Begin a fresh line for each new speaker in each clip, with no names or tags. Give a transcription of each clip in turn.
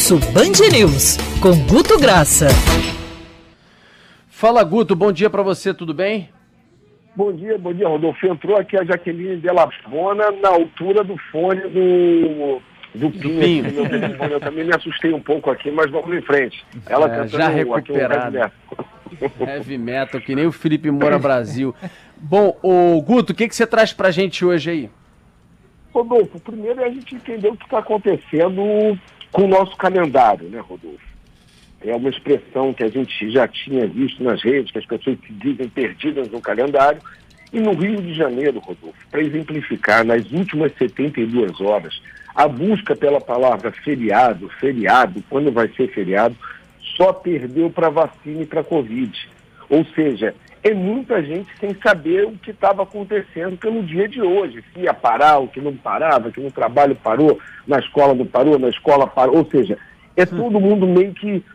Almoço Band News, com Guto Graça.
Fala, Guto, bom dia para você, tudo bem?
Bom dia, Rodolfo. Entrou aqui a Jaqueline Della Bona na altura do fone do Pinho. Meu telefone. Eu também me assustei um pouco aqui, mas vamos em frente. Ela
já recuperada. Heavy metal, que nem o Felipe Moura Brasil. Bom, Guto, o que você traz pra gente hoje aí?
Rodolfo, primeiro é a gente entender o que está acontecendo com o nosso calendário, né, Rodolfo? É uma expressão que a gente já tinha visto nas redes, que as pessoas se dizem perdidas no calendário. E no Rio de Janeiro, Rodolfo, para exemplificar, nas últimas 72 horas, a busca pela palavra feriado, quando vai ser feriado, só perdeu para vacina e para Covid. Ou seja, é muita gente sem saber o que estava acontecendo pelo dia de hoje. Se ia parar, o que não parava, que no trabalho parou, na escola não parou, na escola parou. Ou seja, é todo mundo meio que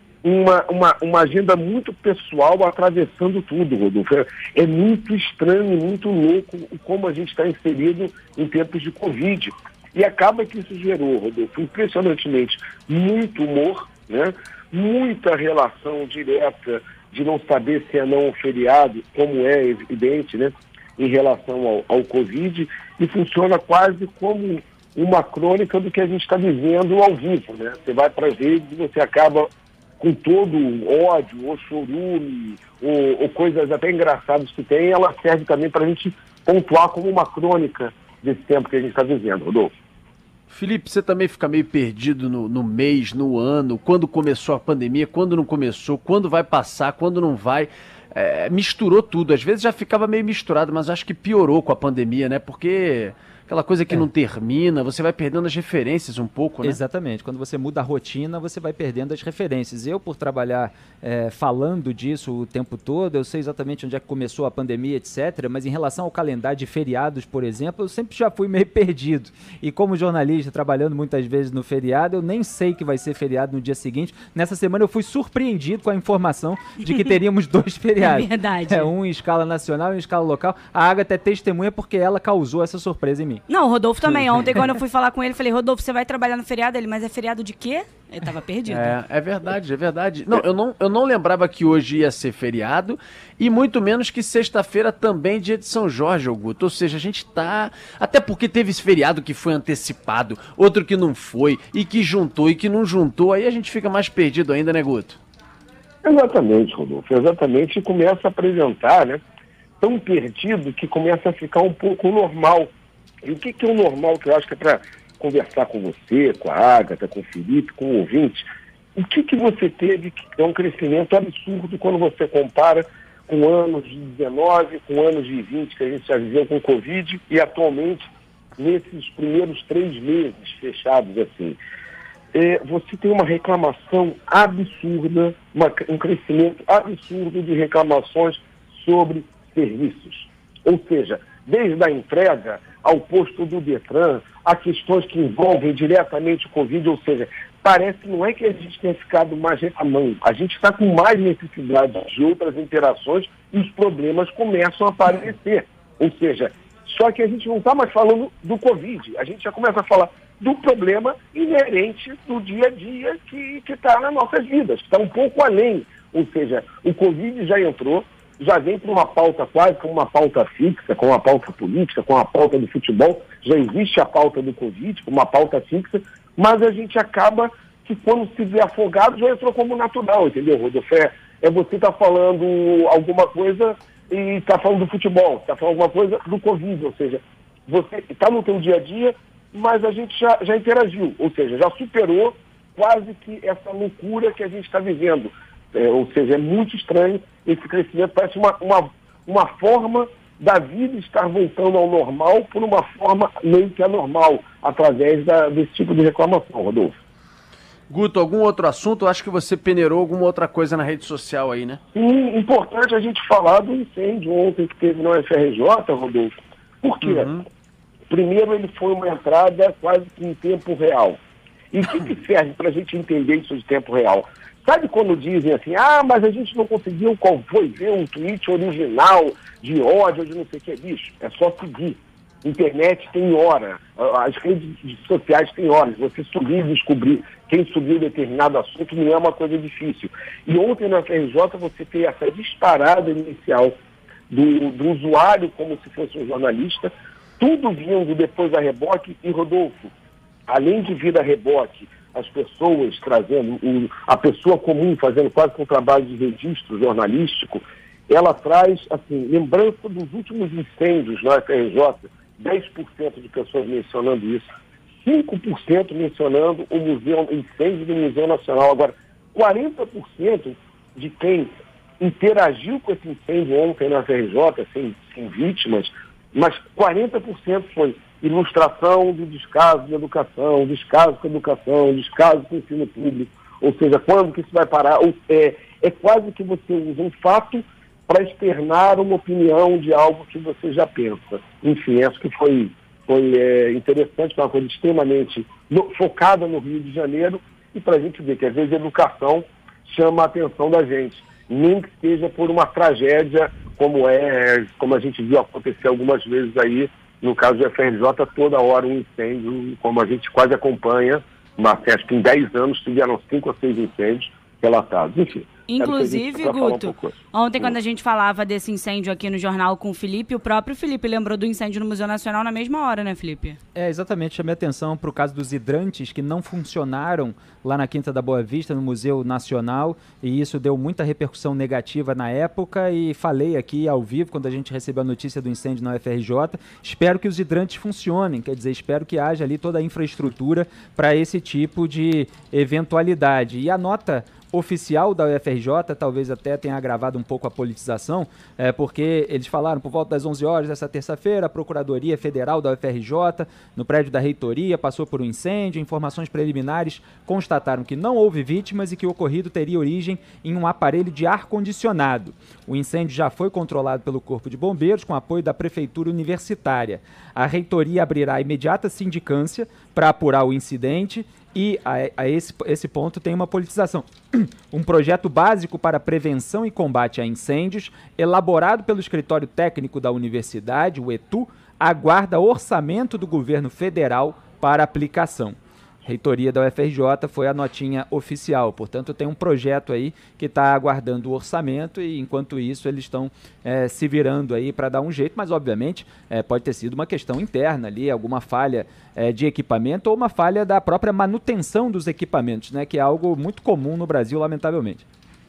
uma agenda muito pessoal atravessando tudo, Rodolfo. É muito estranho, muito louco como a gente está inserido em tempos de Covid. E acaba que isso gerou, Rodolfo, impressionantemente, muito humor, né? Muita relação direta de não saber se é não um feriado, como é evidente, né? Em relação ao Covid, e funciona quase como uma crônica do que a gente está vivendo ao vivo, né? Você vai para as redes e você acaba com todo o ódio, ou chorume, ou coisas até engraçadas que tem, ela serve também para a gente pontuar como uma crônica desse tempo que a gente está vivendo, Rodolfo.
Felipe, você também fica meio perdido no mês, no ano, quando começou a pandemia, quando não começou, quando vai passar, quando não vai. Misturou tudo, às vezes já ficava meio misturado, mas acho que piorou com a pandemia, né? Porque aquela coisa que não termina, você vai perdendo as referências um pouco, né?
Exatamente, quando você muda a rotina, você vai perdendo as referências. Eu, por trabalhar falando disso o tempo todo, eu sei exatamente onde é que começou a pandemia, etc., mas em relação ao calendário de feriados, por exemplo, eu sempre já fui meio perdido. E como jornalista, trabalhando muitas vezes no feriado, eu nem sei que vai ser feriado no dia seguinte. Nessa semana eu fui surpreendido com a informação de que teríamos 2 feriados.
É verdade.
Um em escala nacional e um em escala local. A Agatha é testemunha porque ela causou essa surpresa em mim.
Não, o Rodolfo também. Ontem, quando eu fui falar com ele, falei, Rodolfo, você vai trabalhar no feriado? Ele, mas é feriado de quê? Ele tava perdido.
É verdade, é verdade. Não, eu não lembrava que hoje ia ser feriado, e muito menos que sexta-feira também dia de São Jorge, Augusto. Ou seja, a gente tá... Até porque teve esse feriado que foi antecipado, outro que não foi, e que juntou, e que não juntou, aí a gente fica mais perdido ainda, né, Guto?
Exatamente, Rodolfo. Exatamente, e começa a apresentar, né? Tão perdido que começa a ficar um pouco normal. E o que é o normal, que eu acho que é para conversar com você, com a Agatha, com o Felipe, com o ouvinte? O que você teve que é um crescimento absurdo quando você compara com anos de 19, com anos de 20 que a gente já viveu com Covid e atualmente nesses primeiros 3 meses fechados assim? Você tem uma reclamação absurda, um crescimento absurdo de reclamações sobre serviços. Ou seja, desde a entrega ao posto do Detran, a questões que envolvem diretamente o Covid, ou seja, parece que não é que a gente tenha ficado mais reclamando, a gente está com mais necessidade de outras interações e os problemas começam a aparecer. Ou seja, só que a gente não está mais falando do Covid, a gente já começa a falar do problema inerente do dia a dia que está nas nossas vidas, que está um pouco além. Ou seja, o Covid já entrou, já vem para uma pauta quase como uma pauta fixa, com uma pauta política, com a pauta do futebol, já existe a pauta do Covid, como uma pauta fixa, mas a gente acaba que quando se vê afogado já entrou como natural, entendeu, Rodolfo? Você está falando alguma coisa e está falando do futebol, está falando alguma coisa do Covid, ou seja, você está no teu dia a dia, mas a gente já interagiu, ou seja, já superou quase que essa loucura que a gente está vivendo. Ou seja, é muito estranho esse crescimento, parece uma forma da vida estar voltando ao normal por uma forma meio que anormal, através desse tipo de reclamação, Rodolfo.
Guto, algum outro assunto? Eu acho que você peneirou alguma outra coisa na rede social aí, né?
Sim, importante a gente falar do incêndio ontem que teve no FRJ, Rodolfo. Por quê? Primeiro, ele foi uma entrada quase que em tempo real. E o que serve para a gente entender isso de tempo real? Sabe quando dizem assim, mas a gente não conseguiu ver um tweet original de ódio, de não sei o que, bicho? É só seguir. Internet tem hora, as redes sociais têm horas. Você subir e descobrir quem subiu determinado assunto não é uma coisa difícil. E ontem na FRJ você tem essa disparada inicial do usuário como se fosse um jornalista, tudo vindo depois a reboque. E, Rodolfo, além de vir a reboque, as pessoas trazendo, a pessoa comum fazendo quase que um trabalho de registro jornalístico, ela traz, assim, lembrança dos últimos incêndios na FRJ, 10% de pessoas mencionando isso, 5% mencionando o incêndio do Museu Nacional. Agora, 40% de quem interagiu com esse incêndio ontem na FRJ, sem vítimas, mas 40% foi ilustração do descaso da educação, descaso com a educação, descaso com o ensino público. Ou seja, quando que isso vai parar? É quase que você usa um fato para externar uma opinião de algo que você já pensa. Enfim, acho que foi interessante, foi uma coisa extremamente focada no Rio de Janeiro, e para a gente ver que às vezes a educação chama a atenção da gente, nem que seja por uma tragédia como a gente viu acontecer algumas vezes aí, no caso do FRJ, toda hora um incêndio, como a gente quase acompanha, mas acho que em 10 anos tiveram 5 ou 6 incêndios relatados. Enfim.
Inclusive, Guto, ontem quando a gente falava desse incêndio aqui no jornal com o Felipe, o próprio Felipe lembrou do incêndio no Museu Nacional na mesma hora, né, Felipe?
Exatamente, chamei a atenção para o caso dos hidrantes que não funcionaram lá na Quinta da Boa Vista, no Museu Nacional, e isso deu muita repercussão negativa na época, e falei aqui ao vivo, quando a gente recebeu a notícia do incêndio na UFRJ, espero que os hidrantes funcionem, quer dizer, espero que haja ali toda a infraestrutura para esse tipo de eventualidade. E a nota oficial da UFRJ talvez até tenha agravado um pouco a politização, porque eles falaram por volta das 11 horas dessa terça-feira, a Procuradoria Federal da UFRJ, no prédio da reitoria, passou por um incêndio. Informações preliminares constataram que não houve vítimas e que o ocorrido teria origem em um aparelho de ar-condicionado. O incêndio já foi controlado pelo Corpo de Bombeiros com apoio da Prefeitura Universitária. A reitoria abrirá imediata sindicância para apurar o incidente. E a esse ponto tem uma politização. Um projeto básico para prevenção e combate a incêndios, elaborado pelo Escritório Técnico da Universidade, o ETU, aguarda orçamento do governo federal para aplicação. Reitoria da UFRJ foi a notinha oficial, portanto tem um projeto aí que está aguardando o orçamento, e enquanto isso eles estão se virando aí para dar um jeito, mas obviamente pode ter sido uma questão interna ali, alguma falha de equipamento ou uma falha da própria manutenção dos equipamentos, né, que é algo muito comum no Brasil, lamentavelmente.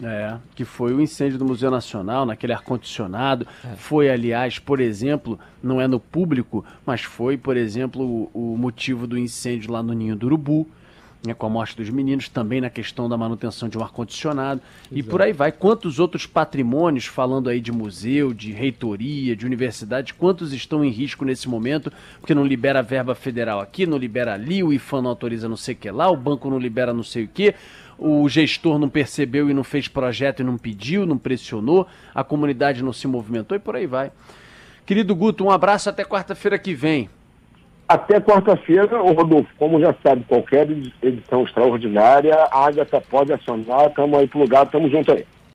Que foi o incêndio do Museu Nacional, naquele ar-condicionado. Foi, aliás, por exemplo, não é no público, mas foi, por exemplo, o motivo do incêndio lá no Ninho do Urubu, né, com a morte dos meninos, também na questão da manutenção de um ar-condicionado. E por aí vai. Quantos outros patrimônios, falando aí de museu, de reitoria, de universidade, quantos estão em risco nesse momento, porque não libera verba federal aqui, não libera ali, o IFAM não autoriza não sei o que lá, o banco não libera não sei o que, o gestor não percebeu e não fez projeto e não pediu, não pressionou, a comunidade não se movimentou, e por aí vai. Querido Guto, um abraço, até quarta-feira que vem.
Até quarta-feira, Rodolfo, como já sabe, qualquer edição extraordinária, a Agatha pode acionar, estamos aí plugado, estamos juntos aí.